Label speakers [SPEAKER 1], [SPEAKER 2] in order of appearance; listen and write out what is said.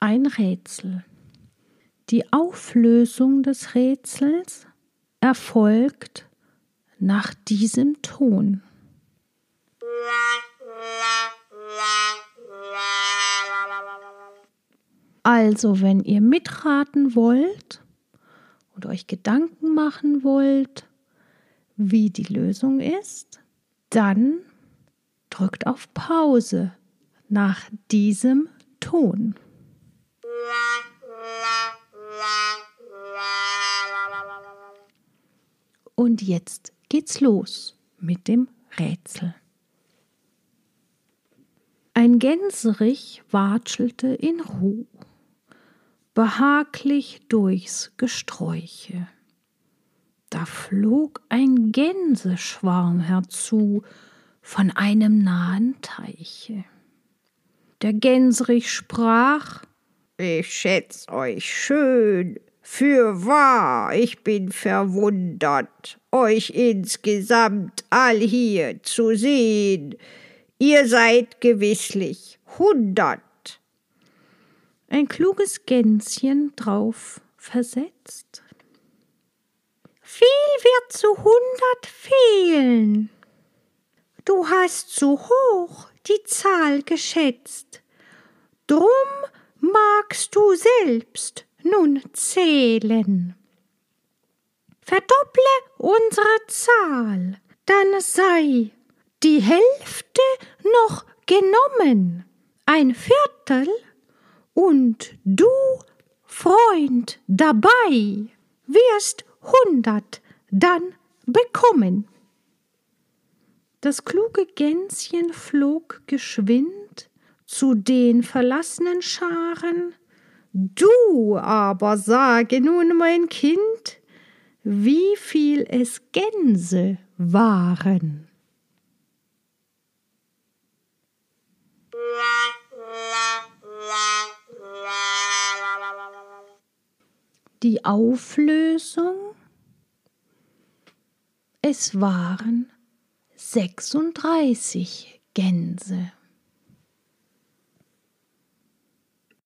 [SPEAKER 1] ein Rätsel. Die Auflösung des Rätsels erfolgt nach diesem Ton. Also, wenn ihr mitraten wollt und euch Gedanken machen wollt, wie die Lösung ist, dann drückt auf Pause nach diesem Ton. Und jetzt geht's los mit dem Rätsel. Ein Gänserich watschelte in Ruh, behaglich durchs Gesträuche. Da flog ein Gänseschwarm herzu von einem nahen Teiche. Der Gänserich sprach:
[SPEAKER 2] Ich schätz euch schön, fürwahr, ich bin verwundert, euch insgesamt all hier zu sehen. Ihr seid gewisslich 100.
[SPEAKER 1] Ein kluges Gänschen drauf versetzt: Viel wird zu 100 fehlen. Du hast zu hoch die Zahl geschätzt, drum magst du selbst nun zählen. Verdopple unsere Zahl, dann sei die Hälfte noch genommen, ein Viertel, und du, Freund, dabei wirst 100 dann bekommen. Das kluge Gänschen flog geschwind zu den verlassenen Scharen. Du aber sage nun, mein Kind, wie viel es Gänse waren. Die Auflösung: Es waren 36 Gänse.